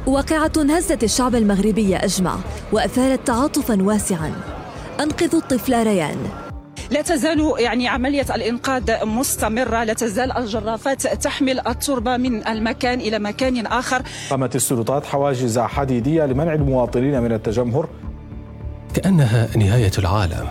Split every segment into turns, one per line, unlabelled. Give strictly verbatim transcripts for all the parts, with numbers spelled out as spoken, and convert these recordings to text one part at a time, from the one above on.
واقعة هزت الشعب المغربي أجمع وأثارت تعاطفاً واسعاً. أنقذوا الطفل ريان.
لا تزال يعني عملية الإنقاذ مستمرة، لا تزال الجرافات تحمل التربة من المكان إلى مكان آخر.
قامت السلطات حواجز حديدية لمنع المواطنين من التجمهر.
كأنها نهاية العالم.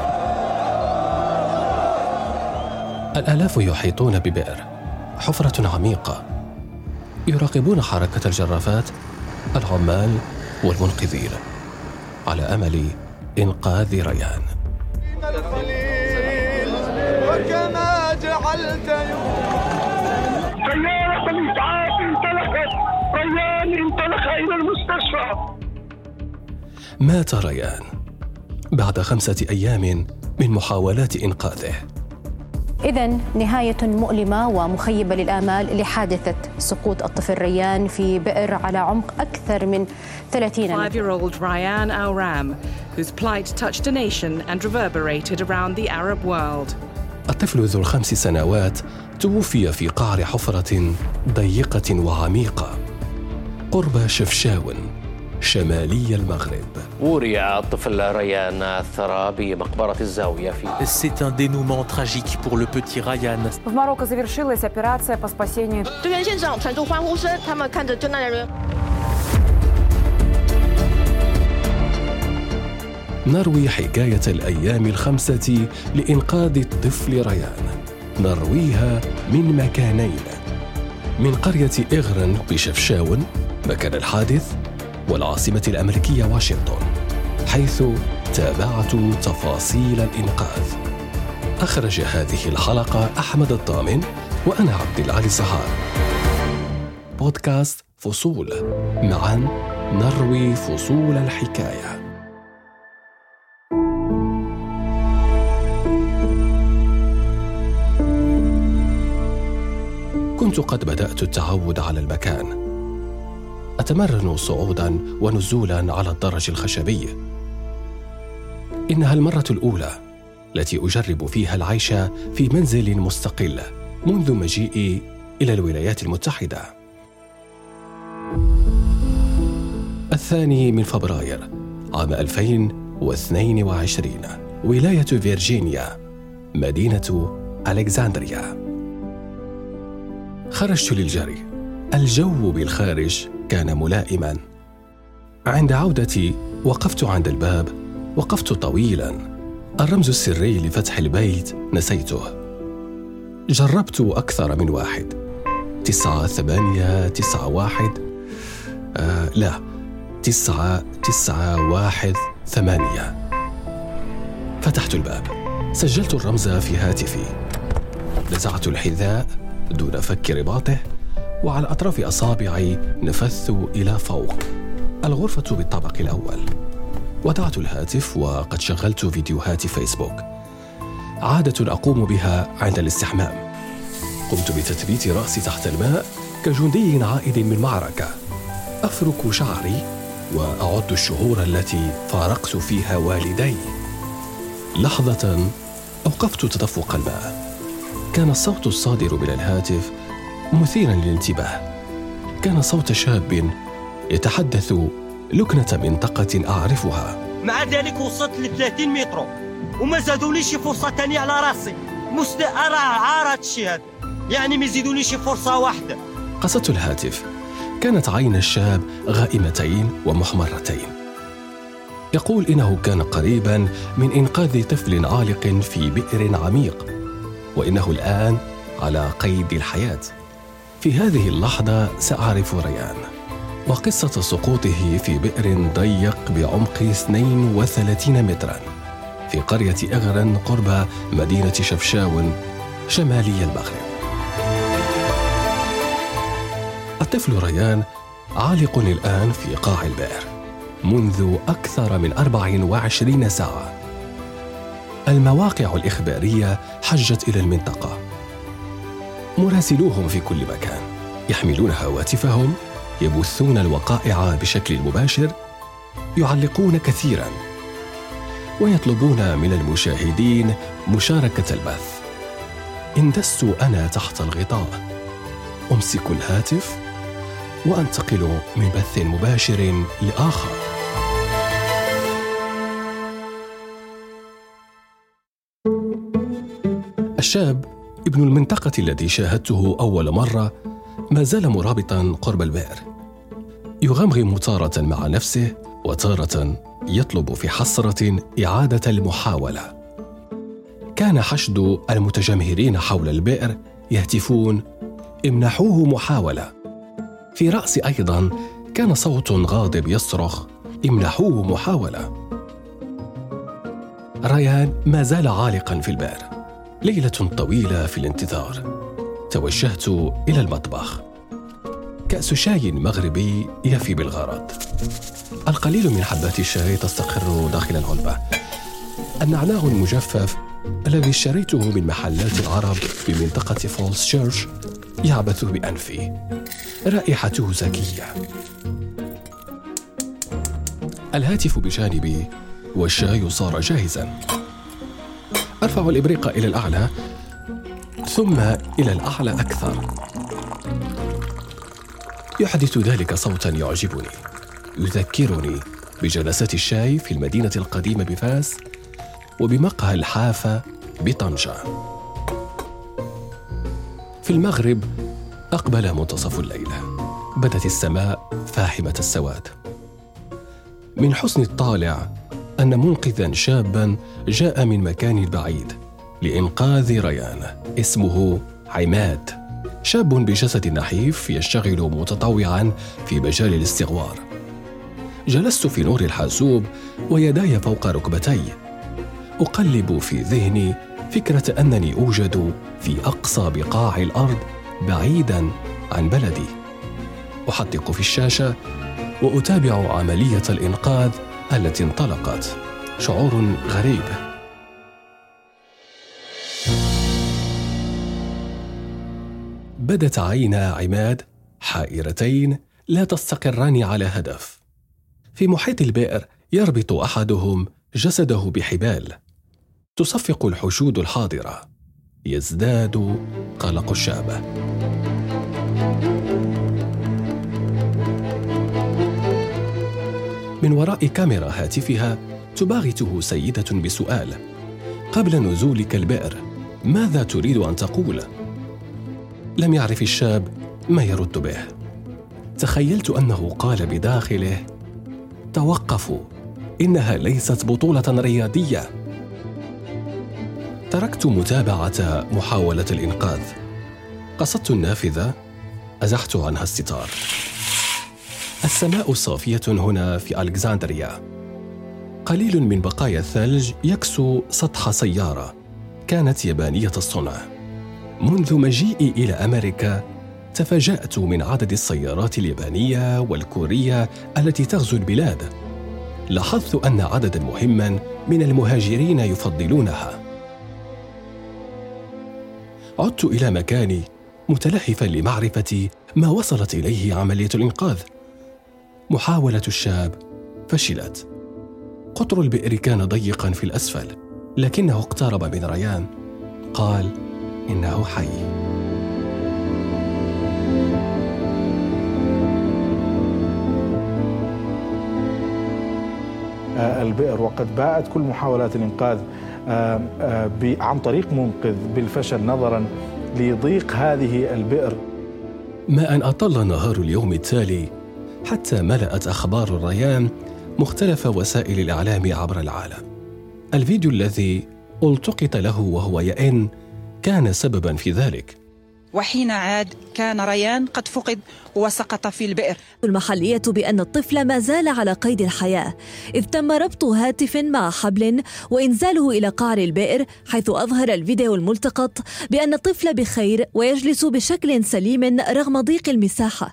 الآلاف يحيطون ببئر، حفرة عميقة، يراقبون حركة الجرافات، العمال والمنقذين على أمل إنقاذ ريان.
وكما جعلت
سيارة الإسعاف انطلقت، ريان انطلق إلى المستشفى.
مات ريان بعد خمسة أيام من محاولات إنقاذه.
إذن نهاية مؤلمة ومخيبة للآمال لحادثة سقوط الطفل ريان في بئر على عمق أكثر من ثلاثين متر.
Five-year-old Ryan Al-Ram, whose plight touched a nation and reverberated around the Arab world.
الطفل ذو الخمس سنوات توفي في قعر حفرة ضيقة وعميقة قرب شفشاون شمالي المغرب.
ورع الطفل ريان الثرى بمقبرة الزاوية في.
C'est un dénouement tragique pour le petit Ryan.
В Марокко завершилась операция по спасению.
队员现场传出欢呼声，他们看着救难人员。
نروي حكاية الأيام الخمسة لإنقاذ الطفل ريان. نرويها من مكانين، من قرية إغرن بشفشاون مكان الحادث، والعاصمة الأمريكية واشنطن، حيث تابعت تفاصيل الإنقاذ. أخرج هذه الحلقة أحمد الطامن، وأنا عبد العالي سهار. بودكاست فصول، معا نروي فصول الحكاية. كنت قد بدأت التعود على المكان، أتمرن صعوداً ونزولاً على الدرج الخشبي. إنها المرة الأولى التي أجرب فيها العيش في منزل مستقل منذ مجيئي إلى الولايات المتحدة. الثاني من فبراير عام ألفين واثنين وعشرين، ولاية فيرجينيا، مدينة ألكسندريا. خرجت للجري. الجو بالخارج كان ملائماً. عند عودتي وقفت عند الباب، وقفت طويلاً. الرمز السري لفتح البيت نسيته. جربت أكثر من واحد. تسعة ثمانية تسعة واحد آه لا تسعة تسعة واحد ثمانية. فتحت الباب، سجلت الرمز في هاتفي، نزعت الحذاء دون فك رباطه، وعلى أطراف أصابعي نفثت إلى فوق. الغرفة بالطابق الأول. وضعت الهاتف وقد شغلت فيديوهات فيسبوك، عادة أقوم بها عند الاستحمام. قمت بتثبيت رأسي تحت الماء كجندي عائد من معركة. أفرك شعري وأعد الشهور التي فارقت فيها والدي. لحظة أوقفت تدفق الماء. كان الصوت الصادر من الهاتف مثيراً للانتباه. كان صوت شاب يتحدث لكنة منطقة أعرفها.
مع ذلك وصلت ل ثلاثين متر وما زادونيش فرصة تانية على راسي. مست أرى عارض الشيء هذا، يعني ما يزيدونيش فرصة واحدة.
قصدت الهاتف. كانت عين الشاب غائمتين ومحمرتين. يقول إنه كان قريباً من إنقاذ طفل عالق في بئر عميق، وإنه الآن على قيد الحياة. في هذه اللحظة سأعرف ريان وقصة سقوطه في بئر ضيق بعمق اثنين وثلاثين متراً في قرية إغرن قرب مدينة شفشاون شمالي المغرب. الطفل ريان عالق الآن في قاع البئر منذ أكثر من أربع وعشرين ساعة. المواقع الإخبارية حجت إلى المنطقة. مراسلوهم في كل مكان يحملون هواتفهم، يبثون الوقائع بشكل مباشر، يعلقون كثيراً، ويطلبون من المشاهدين مشاركة البث. اندست أنا تحت الغطاء، أمسك الهاتف وأنتقل من بث مباشر لآخر. الشاب ابن المنطقة الذي شاهدته أول مرة ما زال مرابطا قرب البئر، يغمغم تارة مع نفسه وتارة يطلب في حسرة إعادة المحاولة. كان حشد المتجمهرين حول البئر يهتفون: امنحوه محاولة. في رأسي أيضا كان صوت غاضب يصرخ: امنحوه محاولة. ريان ما زال عالقا في البئر. ليلة طويلة في الانتظار. توجهت إلى المطبخ. كأس شاي مغربي يفي بالغرض. القليل من حبات الشاي تستقر داخل العلبة. النعناع المجفف الذي اشتريته من محلات العرب بمنطقة فولس تشيرش يعبث بأنفي. رائحته زكية. الهاتف بجانبي والشاي صار جاهزا. أرفع الإبريق إلى الأعلى ثم إلى الأعلى أكثر. يحدث ذلك صوتا يعجبني، يذكرني بجلسات الشاي في المدينة القديمة بفاس وبمقهى الحافة بطنجة. في المغرب أقبل منتصف الليل. بدت السماء فاحمة السواد. من حسن الطالع أن منقذا شابا جاء من مكان بعيد لإنقاذ ريان. اسمه عماد، شاب بجسد نحيف يشتغل متطوعا في مجال الاستغوار. جلست في نور الحاسوب ويداي فوق ركبتي، أقلب في ذهني فكرة أنني أوجد في أقصى بقاع الأرض بعيدا عن بلدي. أحدق في الشاشة وأتابع عملية الإنقاذ التي انطلقت. شعور غريب. بدت عينا عماد حائرتين لا تستقران على هدف. في محيط البئر يربط أحدهم جسده بحبال. تصفق الحشود الحاضرة. يزداد قلق الشاب. من وراء كاميرا هاتفها تباغته سيدة بسؤال: قبل نزولك البئر ماذا تريد أن تقول؟ لم يعرف الشاب ما يرد به. تخيلت أنه قال بداخله: توقفوا، إنها ليست بطولة رياضية. تركت متابعة محاولة الإنقاذ. قصدت النافذة، أزحت عنها الستار. السماء صافية هنا في ألكسندريا. قليل من بقايا الثلج يكسو سطح سيارة كانت يابانية الصنع. منذ مجيئي إلى أمريكا تفاجأت من عدد السيارات اليابانية والكورية التي تغزو البلاد. لاحظت أن عددا مهما من المهاجرين يفضلونها. عدت إلى مكاني متلهفا لمعرفة ما وصلت إليه عملية الإنقاذ. محاولة الشاب فشلت. قطر البئر كان ضيقا في الأسفل، لكنه اقترب من ريان. قال: إنه حي.
البئر وقد باءت كل محاولات الإنقاذ عن طريق منقذ بالفشل نظرا لضيق هذه البئر.
ما أن أطل نهار اليوم التالي حتى ملأت أخبار الريان مختلف وسائل الإعلام عبر العالم. الفيديو الذي التقط له وهو يئن كان سببا في ذلك.
وحين عاد كان ريان قد فقد وسقط في البئر.
المحلية بأن الطفل ما زال على قيد الحياة، إذ تم ربط هاتف مع حبل وإنزاله إلى قعر البئر، حيث أظهر الفيديو الملتقط بأن الطفل بخير ويجلس بشكل سليم رغم ضيق المساحة.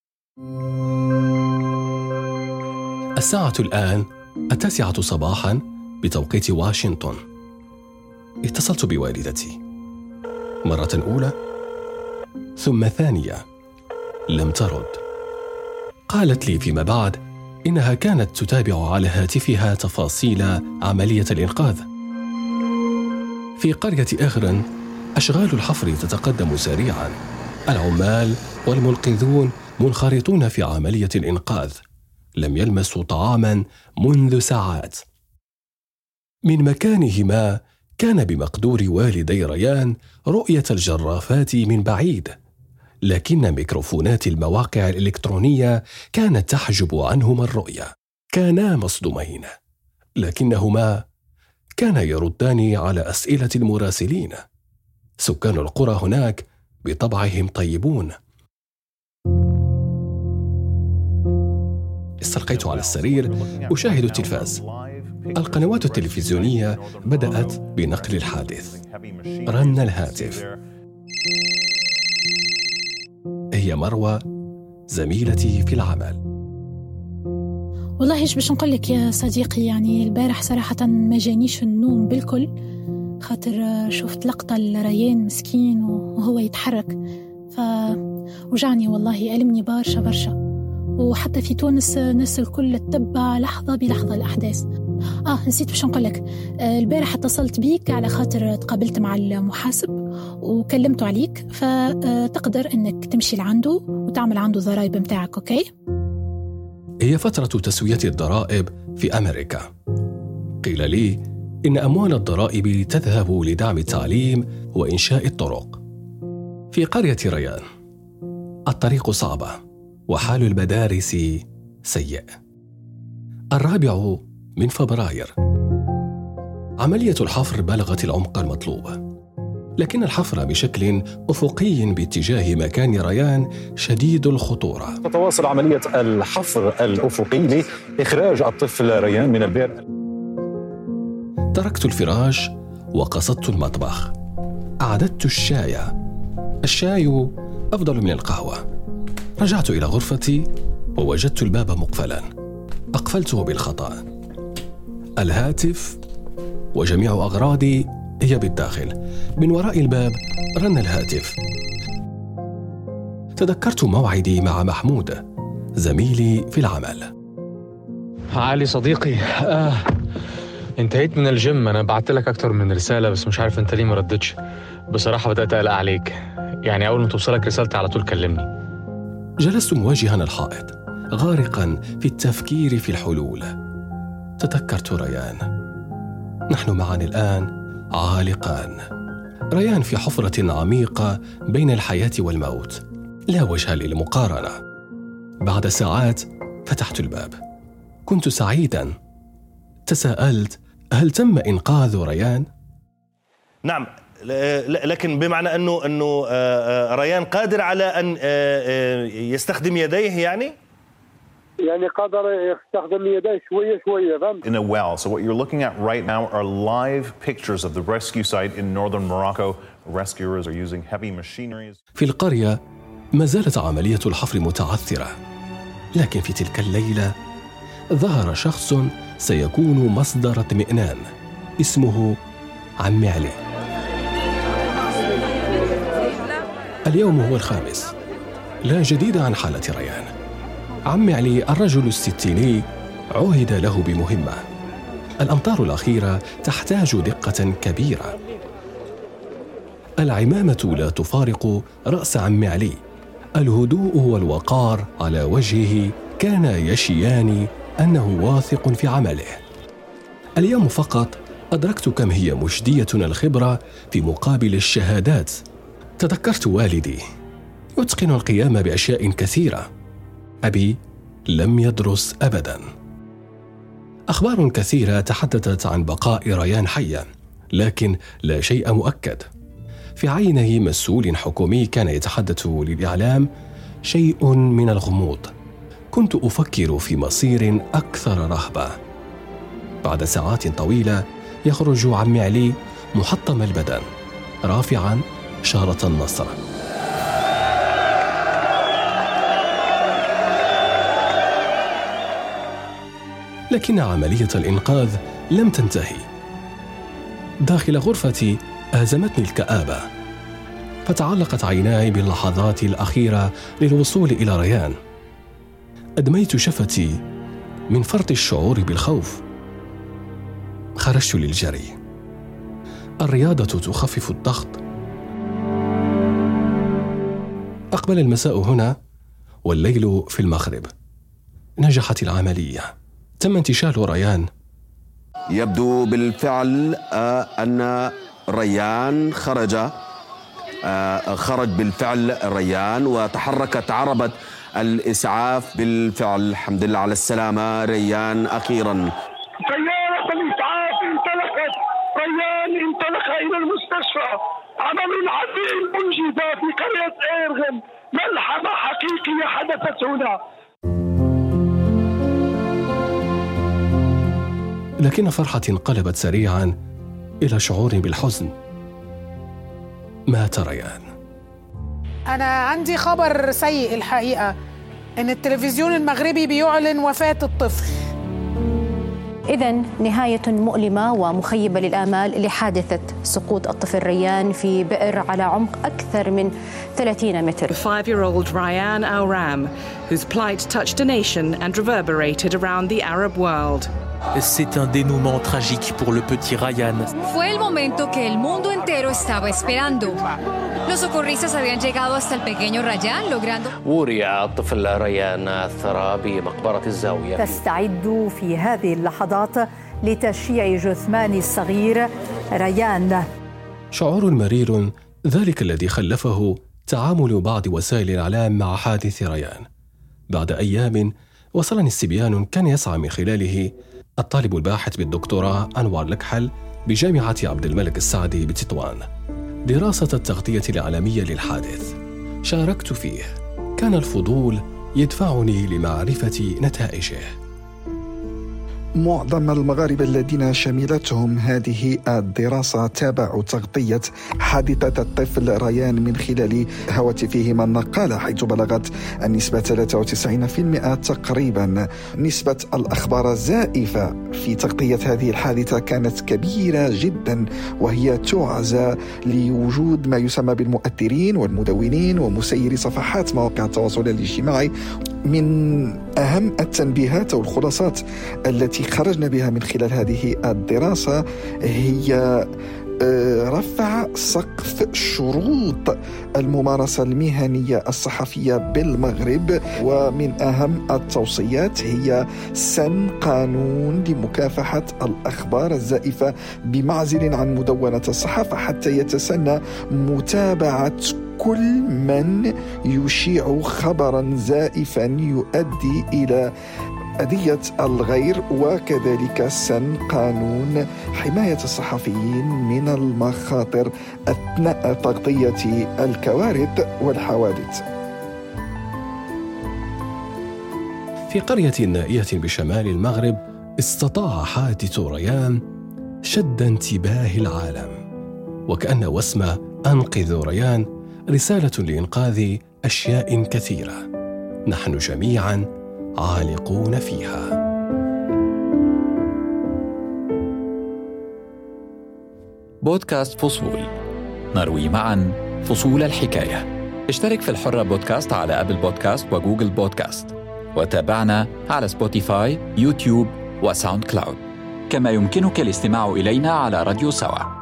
الساعة الآن التاسعة صباحا بتوقيت واشنطن. اتصلت بوالدتي مرة أولى ثم ثانية، لم ترد. قالت لي فيما بعد إنها كانت تتابع على هاتفها تفاصيل عملية الإنقاذ. في قرية إغرن أشغال الحفر تتقدم سريعا. العمال والمنقذون منخرطون في عملية الإنقاذ، لم يلمسوا طعاما منذ ساعات. من مكانهما كان بمقدور والدي ريان رؤية الجرافات من بعيد، لكن ميكروفونات المواقع الإلكترونية كانت تحجب عنهما الرؤية. كانا مصدومين، لكنهما كانا يردان على أسئلة المراسلين. سكان القرى هناك بطبعهم طيبون. استلقيت على السرير أشاهد التلفاز. القنوات التلفزيونية بدأت بنقل الحادث. رن الهاتف. هي مروى زميلتي في العمل.
والله إيش باش نقول لك يا صديقي، يعني البارح صراحة ما جانيش النوم بالكل، خاطر شفت لقطة لريان مسكين وهو يتحرك، فوجعني والله، ألمني برشا برشا. وحتى في تونس الناس الكل تتبع لحظة بلحظة الأحداث. آه نسيت باش نقول لك، البارح اتصلت بيك على خاطر تقابلت مع المحاسب وكلمته عليك، فتقدر إنك تمشي لعنده وتعمل عنده ضرائب متاعك. أوكي؟
هي فترة تسوية الضرائب في أمريكا. قيل لي إن أموال الضرائب تذهب لدعم التعليم وإنشاء الطرق. في قرية ريان الطريق صعبة وحال المدارس سيء. الرابع من فبراير عملية الحفر بلغت العمق المطلوب، لكن الحفر بشكل أفقي باتجاه مكان ريان شديد الخطورة.
تتواصل عملية الحفر الأفقي لإخراج الطفل ريان من البئر.
تركت الفراش وقصدت المطبخ. أعددت الشاي. الشاي أفضل من القهوة. رجعت إلى غرفتي ووجدت الباب مقفلا. أقفلته بالخطأ. الهاتف وجميع أغراضي هي بالداخل. من وراء الباب رن الهاتف. تذكرت موعدي مع محمود زميلي في العمل.
علي صديقي، آه، انتهيت من الجيم. أنا بعت لك أكتر من رسالة بس مش عارف أنت ليه ما ردتش. بصراحة بدأت أقلق عليك، يعني أول ما توصلك رسالتي على طول كلمني.
جلست مواجها الحائط غارقا في التفكير في الحلول. تذكرت ريان. نحن معا الآن عالقان. ريان في حفرة عميقة بين الحياة والموت، لا وجه للمقارنة. بعد ساعات فتحت الباب. كنت سعيدا. تساءلت هل تم إنقاذ ريان؟
نعم، لكن بمعنى أنه أنه ريان قادر على أن يستخدم يديه، يعني
يعني قادر يستخدم يديه شوية شوية.
In a well. So what you're looking at right now are live pictures of the rescue site in northern Morocco. Rescuers are using heavy machinery.
في القرية ما زالت عملية الحفر متعثرة، لكن في تلك الليلة ظهر شخص سيكون مصدر اطمئنان. اسمه عم علي. اليوم هو الخامس. لا جديد عن حالة ريان. عم علي الرجل الستيني عهد له بمهمة. الأمطار الأخيرة تحتاج دقة كبيرة. العمامة لا تفارق رأس عم علي. الهدوء والوقار على وجهه كان يشيان أنه واثق في عمله. اليوم فقط أدركت كم هي مجدية الخبرة في مقابل الشهادات. تذكرت والدي يتقن القيام بأشياء كثيرة. أبي لم يدرس أبدا. أخبار كثيرة تحدثت عن بقاء ريان حيا، لكن لا شيء مؤكد. في عينه مسؤول حكومي كان يتحدث للإعلام شيء من الغموض. كنت أفكر في مصير أكثر رهبة. بعد ساعات طويلة يخرج عم علي محطم البدن رافعا شارة النصر. لكن عملية الإنقاذ لم تنتهي. داخل غرفتي أهزمتني الكآبة، فتعلقت عيناي باللحظات الأخيرة للوصول إلى ريان. أدميت شفتي من فرط الشعور بالخوف. خرجت للجري. الرياضة تخفف الضغط. أقبل المساء هنا والليل في المغرب. نجحت العملية، تم انتشال ريان.
يبدو بالفعل أن ريان خرج خرج بالفعل ريان وتحركت عربة الإسعاف بالفعل. الحمد لله على السلامة ريان. أخيرا
سيارة الإسعاف انطلقت، ريان انطلق إلى المستشفى. عمل عظيم أنجز في قرية إيرغن، ملحمة حقيقية حدثت هنا.
لكن فرحة انقلبت سريعا إلى شعور بالحزن. مات ريان.
أنا عندي خبر سيء الحقيقة، إن التلفزيون المغربي بيعلن وفاة الطفل.
إذن نهاية مؤلمة ومخيبة للآمال لحادثة سقوط الطفل ريان في بئر على عمق أكثر من ثلاثين متر.
The five-year-old Rayan Al Ram, whose plight touched a nation and reverberated around the Arab world.
C'est un dénouement tragique pour le petit Rayan.
Fue el momento que el mundo entero estaba esperando. Los socorristas habían llegado hasta el pequeño Rayan, logrando.
ورع الطفل ريان الثرى بمقبرة الزاوية.
تستعد في هذه اللحظات لتشييع جثمان الصغير ريان.
شعور مرير ذلك الذي خلفه تعامل بعض وسائل الإعلام مع حادث ريان. بعد أيام وصلني استبيان كان يسعى من خلاله الطالب الباحث بالدكتوراه أنور لكحل بجامعة عبد الملك السعدي بتطوان دراسة التغطية الإعلامية للحادث. شاركت فيه، كان الفضول يدفعني لمعرفة نتائجه.
معظم المغاربة الذين شملتهم هذه الدراسة تابعوا تغطية حادثة الطفل ريان من خلال هواتفهم النقالة، حيث بلغت النسبة ثلاثة وتسعين بالمئة تقريبا. نسبة الأخبار الزائفة في تغطية هذه الحادثة كانت كبيرة جدا، وهي تعزى لوجود ما يسمى بالمؤثرين والمدونين ومسيري صفحات مواقع التواصل الاجتماعي. من أهم التنبيهات والخلاصات التي خرجنا بها من خلال هذه الدراسة هي رفع سقف شروط الممارسة المهنية الصحفية بالمغرب، ومن أهم التوصيات هي سن قانون لمكافحة الأخبار الزائفة بمعزل عن مدونة الصحافة، حتى يتسنى متابعة كل من يشيع خبرا زائفا يؤدي إلى أذية الغير، وكذلك سن قانون حماية الصحفيين من المخاطر أثناء تغطية الكوارث والحوادث.
في قرية نائية بشمال المغرب استطاع حادث ريان شد انتباه العالم، وكأن واسم أنقذ ريان رسالة لإنقاذ أشياء كثيرة نحن جميعاً عالقون فيها.
بودكاست فصول، نروي معاً فصول الحكاية. اشترك في الحرة بودكاست على أبل بودكاست وجوجل بودكاست، وتابعنا على سبوتيفاي، يوتيوب وساوند كلاود. كما يمكنك الاستماع إلينا على راديو سوا.